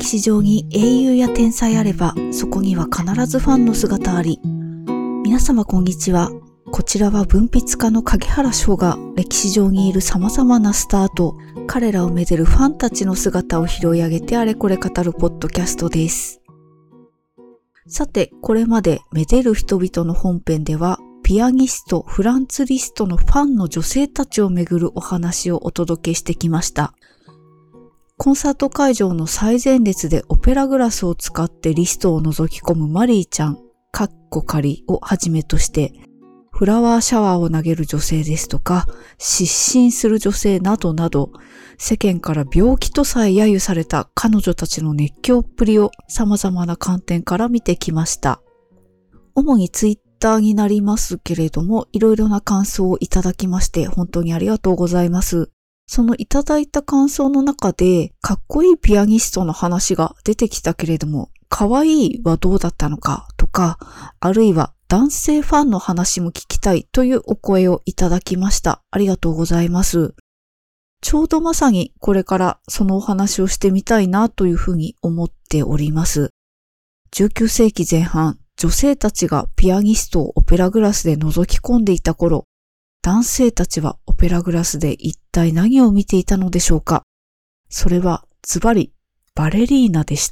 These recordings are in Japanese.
歴史上に英雄や天才あれば、そこには必ずファンの姿あり。皆様こんにちは。こちらは文筆家の影原翔が歴史上にいる様々なスターと彼らをめでるファンたちの姿を拾い上げてあれこれ語るポッドキャストです。さて、これまでめでる人々の本編では、ピアニスト、フランツ・リストのファンの女性たちをめぐるお話をお届けしてきました。コンサート会場の最前列でオペラグラスを使ってリストを覗き込むマリーちゃん、仮をはじめとして、フラワーシャワーを投げる女性ですとか、失神する女性などなど、世間から病気とさえ揶揄された彼女たちの熱狂っぷりを様々な観点から見てきました。主にツイッターになりますけれども、いろいろな感想をいただきまして本当にありがとうございます。そのいただいた感想の中で、かっこいいピアニストの話が出てきたけれども、可愛いはどうだったのかとか、あるいは男性ファンの話も聞きたいというお声をいただきました。ありがとうございます。ちょうどまさにこれからそのお話をしてみたいなというふうに思っております。19世紀前半、女性たちがピアニストをオペラグラスで覗き込んでいた頃、男性たちはオペラグラスで一体何を見ていたのでしょうか。それはズバリバレリーナでした。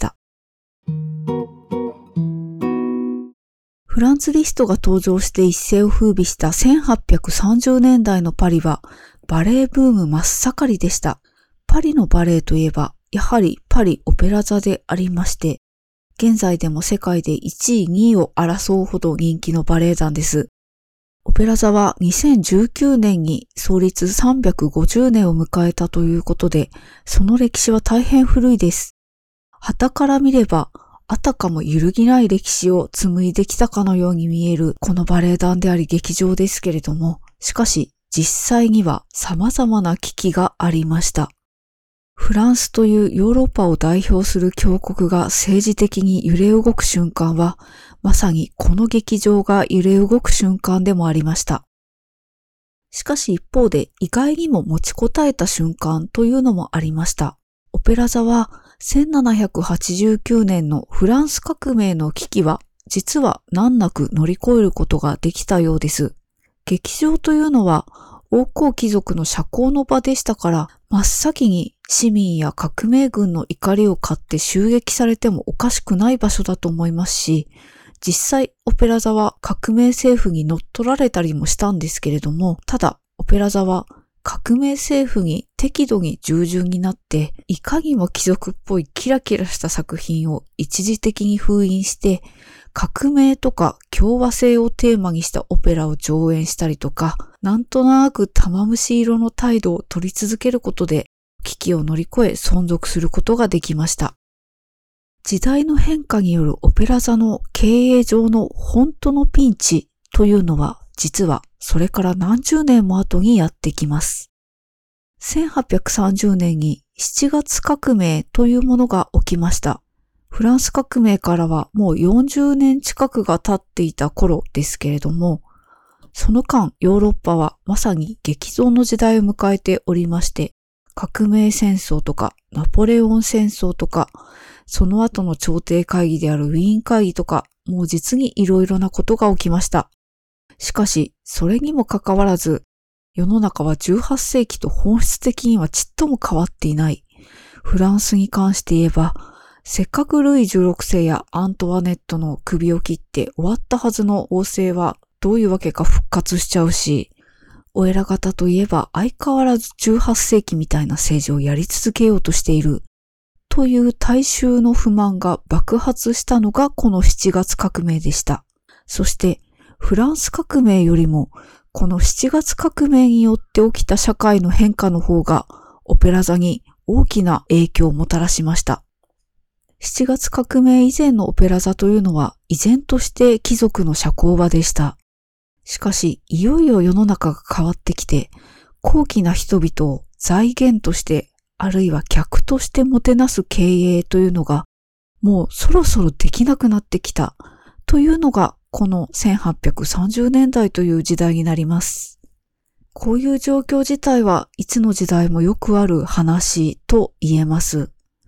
フランツ・リストが登場して一世を風靡した1830年代のパリはバレエブーム真っ盛りでした。パリのバレエといえばやはりパリオペラ座でありまして、現在でも世界で1位2位を争うほど人気のバレエ団です。オペラ座は2019年に創立350年を迎えたということで、その歴史は大変古いです。傍から見れば、あたかも揺るぎない歴史を紡いできたかのように見えるこのバレエ団であり劇場ですけれども、しかし実際には様々な危機がありました。フランスというヨーロッパを代表する強国が政治的に揺れ動く瞬間は、まさにこの劇場が揺れ動く瞬間でもありました。しかし一方で意外にも持ちこたえた瞬間というのもありました。オペラ座は1789年のフランス革命の危機は実は難なく乗り越えることができたようです。劇場というのは王侯貴族の社交の場でしたから、真っ先に市民や革命軍の怒りを買って襲撃されてもおかしくない場所だと思いますし、実際オペラ座は革命政府に乗っ取られたりもしたんですけれども、ただオペラ座は革命政府に適度に従順になって、いかにも貴族っぽいキラキラした作品を一時的に封印して、革命とか共和制をテーマにしたオペラを上演したりとか、なんとなく玉虫色の態度を取り続けることで、危機を乗り越え存続することができました。時代の変化によるオペラ座の経営上の本当のピンチというのは、実はそれから何十年も後にやってきます。1830年に7月革命というものが起きました。フランス革命からはもう40年近くが経っていた頃ですけれども、その間ヨーロッパはまさに激動の時代を迎えておりまして、革命戦争とかナポレオン戦争とか、その後の朝廷会議であるウィーン会議とか、もう実にいろいろなことが起きました。しかし、それにもかかわらず、世の中は18世紀と本質的にはちっとも変わっていない。フランスに関して言えば、せっかくルイ16世やアントワネットの首を切って終わったはずの王政はどういうわけか復活しちゃうし、お偉方といえば相変わらず18世紀みたいな政治をやり続けようとしているという大衆の不満が爆発したのがこの7月革命でした。そしてフランス革命よりもこの7月革命によって起きた社会の変化の方がオペラ座に大きな影響をもたらしました。7月革命以前のオペラ座というのは依然として貴族の社交場でした。しかしいよいよ世の中が変わってきて、高貴な人々を財源としてあるいは客としてもてなす経営というのがもうそろそろできなくなってきたというのがこの1830年代という時代になります。こういう状況自体はいつの時代もよくある話と言えます。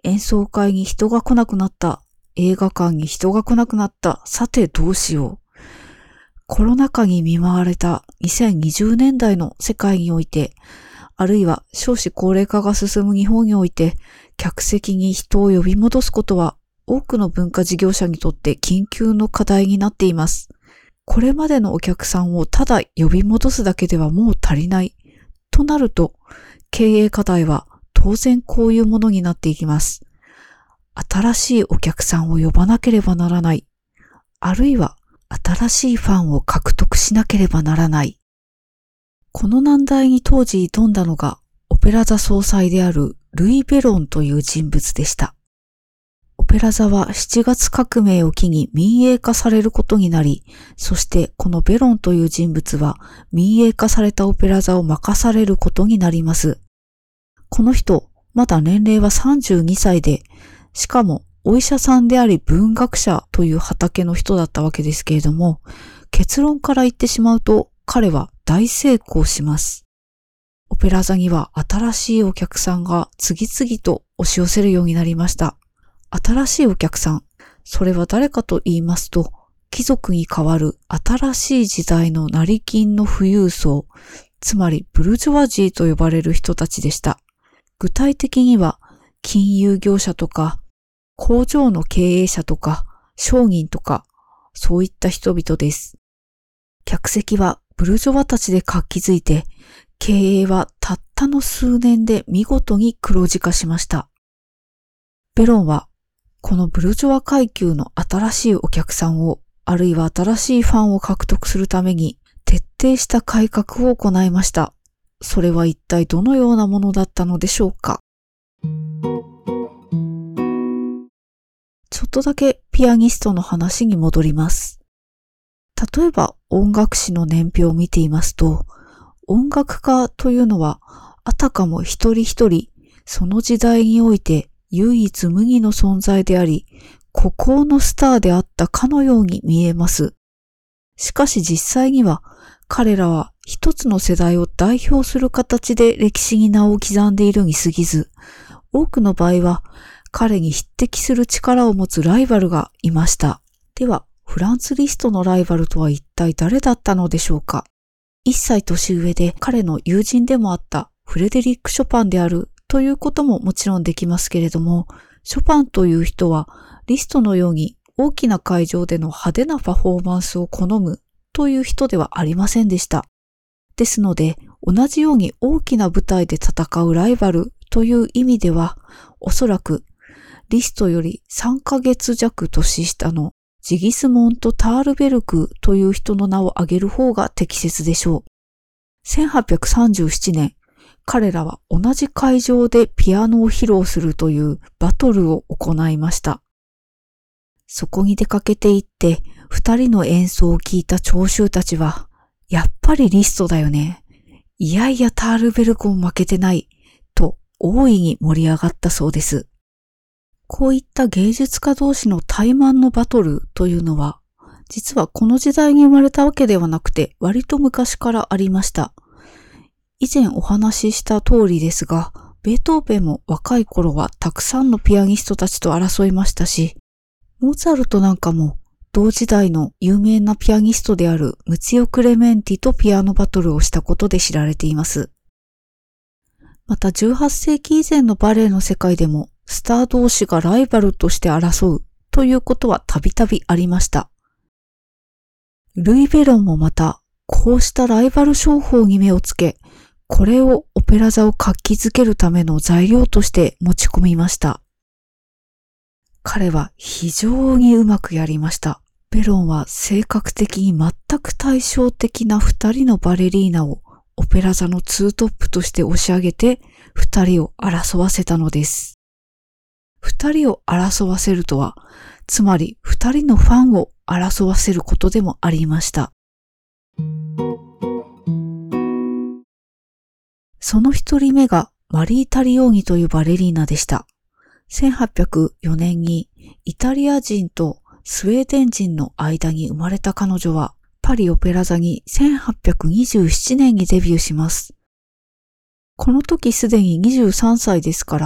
演奏会に人が来なくなった。映画館に人が来なくなった。さてどうしよう。コロナ禍に見舞われた2020年代の世界において、あるいは少子高齢化が進む日本において、客席に人を呼び戻すことは多くの文化事業者にとって緊急の課題になっています。これまでのお客さんをただ呼び戻すだけではもう足りない。となると、経営課題は当然こういうものになっていきます。新しいお客さんを呼ばなければならない。あるいは新しいファンを獲得しなければならない。この難題に当時挑んだのがオペラ座総裁であるルイ・ベロンという人物でした。オペラ座は7月革命を機に民営化されることになり、そしてこのベロンという人物は民営化されたオペラ座を任されることになります。この人、まだ年齢は32歳で、しかもお医者さんであり文学者という畑の人だったわけですけれども、結論から言ってしまうと彼は大成功します。オペラ座には新しいお客さんが次々と押し寄せるようになりました。新しいお客さん、それは誰かと言いますと、貴族に代わる新しい時代の成金の富裕層、つまりブルジョワジーと呼ばれる人たちでした。具体的には金融業者とか工場の経営者とか商人とかそういった人々です。客席はブルジョワたちで活気づいて、経営はたったの数年で見事に黒字化しました。ベロンはこのブルジョワ階級の新しいお客さんを、あるいは新しいファンを獲得するために徹底した改革を行いました。それは一体どのようなものだったのでしょうか。ちょっとだけピアニストの話に戻ります。例えば音楽史の年表を見ていますと、音楽家というのはあたかも一人一人その時代において唯一無二の存在であり、孤高のスターであったかのように見えます。しかし実際には彼らは一つの世代を代表する形で歴史に名を刻んでいるに過ぎず、多くの場合は彼に匹敵する力を持つライバルがいました。では、フランツ・リストのライバルとは一体誰だったのでしょうか。1歳年上で彼の友人でもあったフレデリック・ショパンであるということももちろんできますけれども、ショパンという人はリストのように大きな会場での派手なパフォーマンスを好むという人ではありませんでした。ですので、同じように大きな舞台で戦うライバルという意味では、おそらくリストより3ヶ月弱年下のジギスモント・タールベルクという人の名を挙げる方が適切でしょう。1837年、彼らは同じ会場でピアノを披露するというバトルを行いました。そこに出かけて行って二人の演奏を聞いた聴衆たちは、やっぱりリストだよね。いやいやタールベルクも負けてない。と大いに盛り上がったそうです。こういった芸術家同士の対マンのバトルというのは、実はこの時代に生まれたわけではなくて割と昔からありました。以前お話しした通りですが、ベートーベンも若い頃はたくさんのピアニストたちと争いましたし、モーツァルトなんかも同時代の有名なピアニストであるムツィオ・クレメンティとピアノバトルをしたことで知られています。また18世紀以前のバレエの世界でもスター同士がライバルとして争うということはたびたびありました。ルイ・ベロンもまたこうしたライバル商法に目をつけ、これをオペラ座を活気づけるための材料として持ち込みました。彼は非常にうまくやりました。ベロンは性格的に全く対照的な二人のバレリーナをオペラ座のツートップとして押し上げて二人を争わせたのです。二人を争わせるとは、つまり二人のファンを争わせることでもありました。その一人目がマリー・タリオーニというバレリーナでした。1804年にイタリア人とスウェーデン人の間に生まれた彼女はパリオペラ座に1827年にデビューします。この時すでに23歳ですから、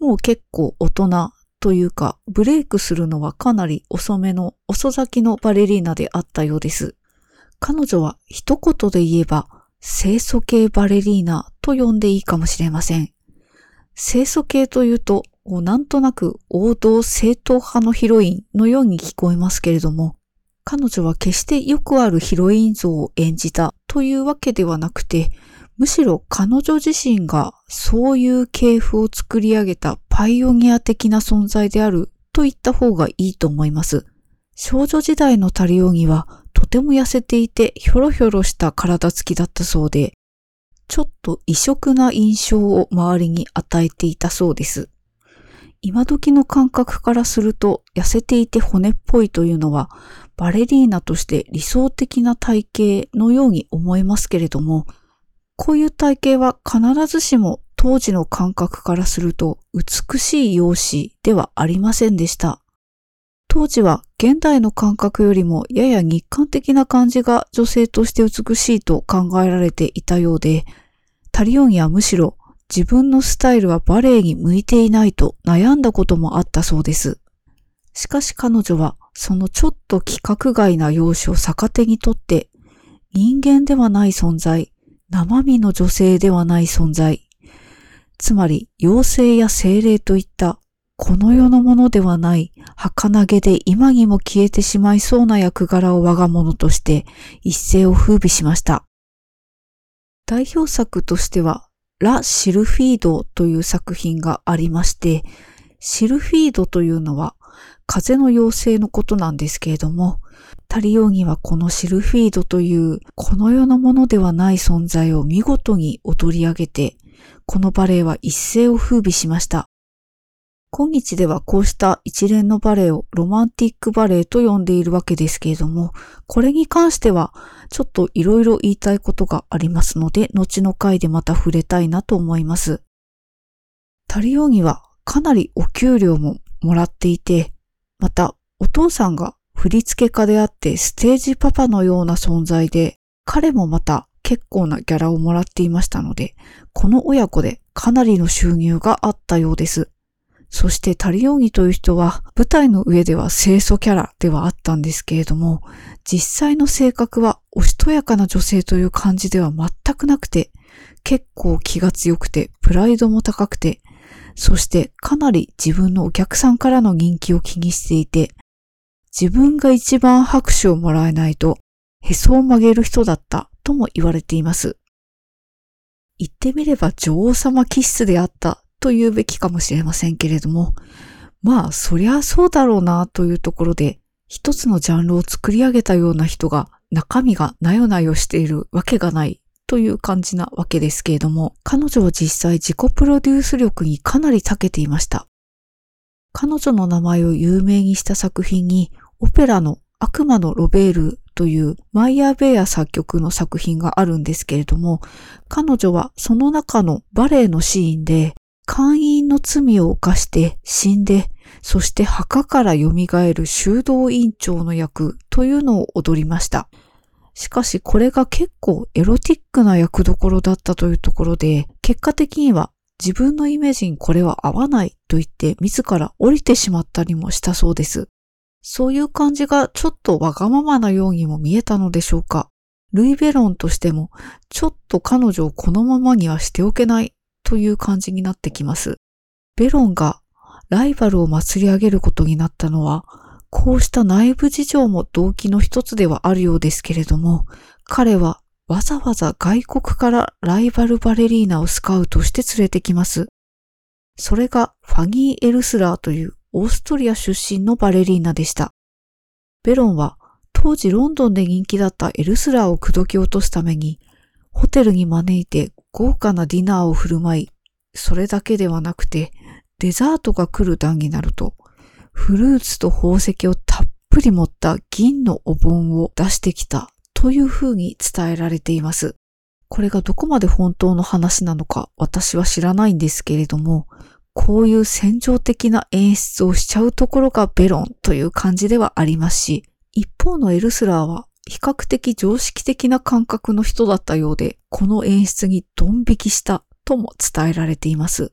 もう結構大人というか、ブレイクするのはかなり遅めの遅咲きのバレリーナであったようです。彼女は一言で言えば、清楚系バレリーナと呼んでいいかもしれません。清楚系というと、なんとなく王道正統派のヒロインのように聞こえますけれども、彼女は決してよくあるヒロイン像を演じたというわけではなくて、むしろ彼女自身がそういう系譜を作り上げたパイオニア的な存在であると言った方がいいと思います。少女時代のタリオギはとても痩せていてひょろひょろした体つきだったそうで、ちょっと異色な印象を周りに与えていたそうです。今時の感覚からすると痩せていて骨っぽいというのはバレリーナとして理想的な体型のように思えますけれども、こういう体型は必ずしも当時の感覚からすると美しい容姿ではありませんでした。当時は現代の感覚よりもやや日韓的な感じが女性として美しいと考えられていたようで、タリオギはむしろ自分のスタイルはバレエに向いていないと悩んだこともあったそうです。しかし彼女はそのちょっと規格外な容姿を逆手にとって人間ではない存在、生身の女性ではない存在、つまり妖精や精霊といったこの世のものではない儚げで今にも消えてしまいそうな役柄を我が物として一世を風靡しました。代表作としてはラ・シルフィードという作品がありまして、シルフィードというのは風の妖精のことなんですけれども、タリオギはこのシルフィードというこの世のものではない存在を見事に踊り上げて、このバレエは一世を風靡しました。今日ではこうした一連のバレエをロマンティックバレエと呼んでいるわけですけれども、これに関してはちょっといろいろ言いたいことがありますので、後の回でまた触れたいなと思います。タリオギはかなりお給料ももらっていて、またお父さんが振付家であってステージパパのような存在で、彼もまた結構なギャラをもらっていましたので、この親子でかなりの収入があったようです。そしてタリオギという人は舞台の上では清楚キャラではあったんですけれども、実際の性格はおしとやかな女性という感じでは全くなくて、結構気が強くてプライドも高くて、そしてかなり自分のお客さんからの人気を気にしていて、自分が一番拍手をもらえないとへそを曲げる人だったとも言われています。言ってみれば女王様気質であったと言うべきかもしれませんけれども、まあそりゃそうだろうなというところで、一つのジャンルを作り上げたような人が中身がなよなよしているわけがないという感じなわけですけれども、彼女は実際自己プロデュース力にかなり長けていました。彼女の名前を有名にした作品に、オペラの悪魔のロベールというマイヤー・ベア作曲の作品があるんですけれども、彼女はその中のバレエのシーンで、姦淫の罪を犯して死んで、そして墓から蘇る修道院長の役というのを踊りました。しかしこれが結構エロティックな役どころだったというところで、結果的には自分のイメージにこれは合わないと言って自ら降りてしまったりもしたそうです。そういう感じがちょっとわがままなようにも見えたのでしょうか。ルイ・ベロンとしてもちょっと彼女をこのままにはしておけないという感じになってきます。ベロンがライバルを祭り上げることになったのは、こうした内部事情も動機の一つではあるようですけれども、彼はわざわざ外国からライバルバレリーナをスカウトして連れてきます。それがファニー・エルスラーというオーストリア出身のバレリーナでした。ベロンは当時ロンドンで人気だったエルスラーを口説き落とすために、ホテルに招いて豪華なディナーを振る舞い、それだけではなくて、デザートが来る段になると、フルーツと宝石をたっぷり持った銀のお盆を出してきたというふうに伝えられています。これがどこまで本当の話なのか私は知らないんですけれども、こういう戦場的な演出をしちゃうところがベロンという感じではありますし、一方のエルスラーは比較的常識的な感覚の人だったようで、この演出にドン引きしたとも伝えられています。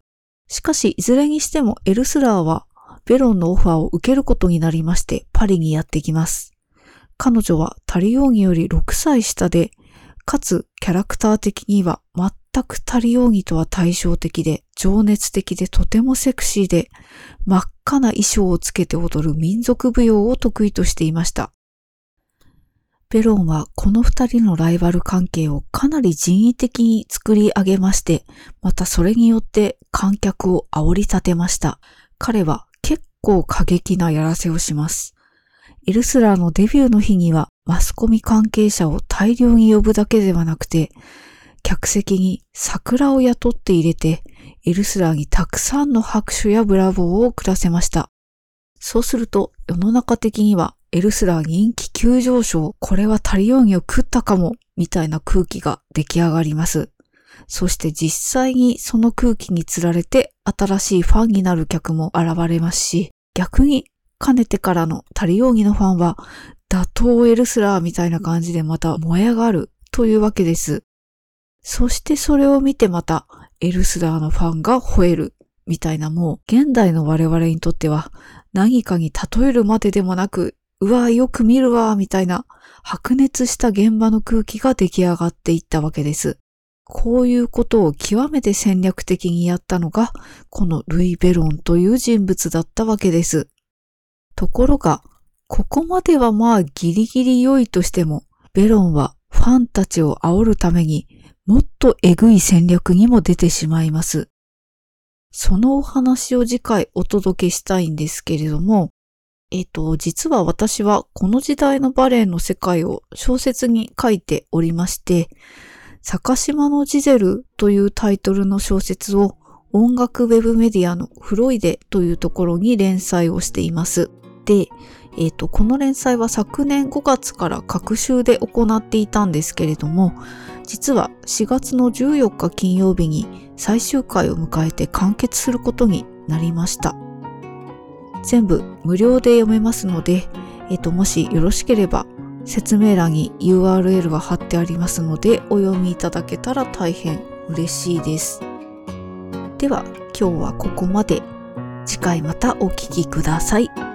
しかしいずれにしてもエルスラーはベロンのオファーを受けることになりましてパリにやってきます。彼女はタリオーニより6歳下で、かつキャラクター的には全くタリオーニとは対照的で情熱的でとてもセクシーで真っ赤な衣装をつけて踊る民族舞踊を得意としていました。ベロンはこの二人のライバル関係をかなり人為的に作り上げまして、またそれによって観客を煽り立てました。彼は結構過激なやらせをします。エルスラーのデビューの日にはマスコミ関係者を大量に呼ぶだけではなくて、客席に桜を雇って入れて、エルスラーにたくさんの拍手やブラボーを送らせました。そうすると世の中的にはエルスラー人気急上昇、これはタリオーニを食ったかも、みたいな空気が出来上がります。そして実際にその空気につられて新しいファンになる客も現れますし、逆にかねてからのタリオーニのファンは打倒エルスラーみたいな感じでまた燃え上がるというわけです。そしてそれを見てまたエルスラーのファンが吠えるみたいな、もう現代の我々にとっては何かに例えるまででもなく、うわよく見るわみたいな白熱した現場の空気が出来上がっていったわけです。こういうことを極めて戦略的にやったのがこのルイ・ベロンという人物だったわけです。ところが、ここまではまあギリギリ良いとしても、ベロンはファンたちを煽るためにもっとえぐい戦略にも出てしまいます。そのお話を次回お届けしたいんですけれども、実は私はこの時代のバレエの世界を小説に書いておりまして、坂島のジゼルというタイトルの小説を音楽ウェブメディアのフロイデというところに連載をしています。で、この連載は昨年5月から各週で行っていたんですけれども、実は4月の14日金曜日に最終回を迎えて完結することになりました。全部無料で読めますので、もしよろしければ説明欄に URL が貼ってありますのでお読みいただけたら大変嬉しいです。では今日はここまで。次回またお聞きください。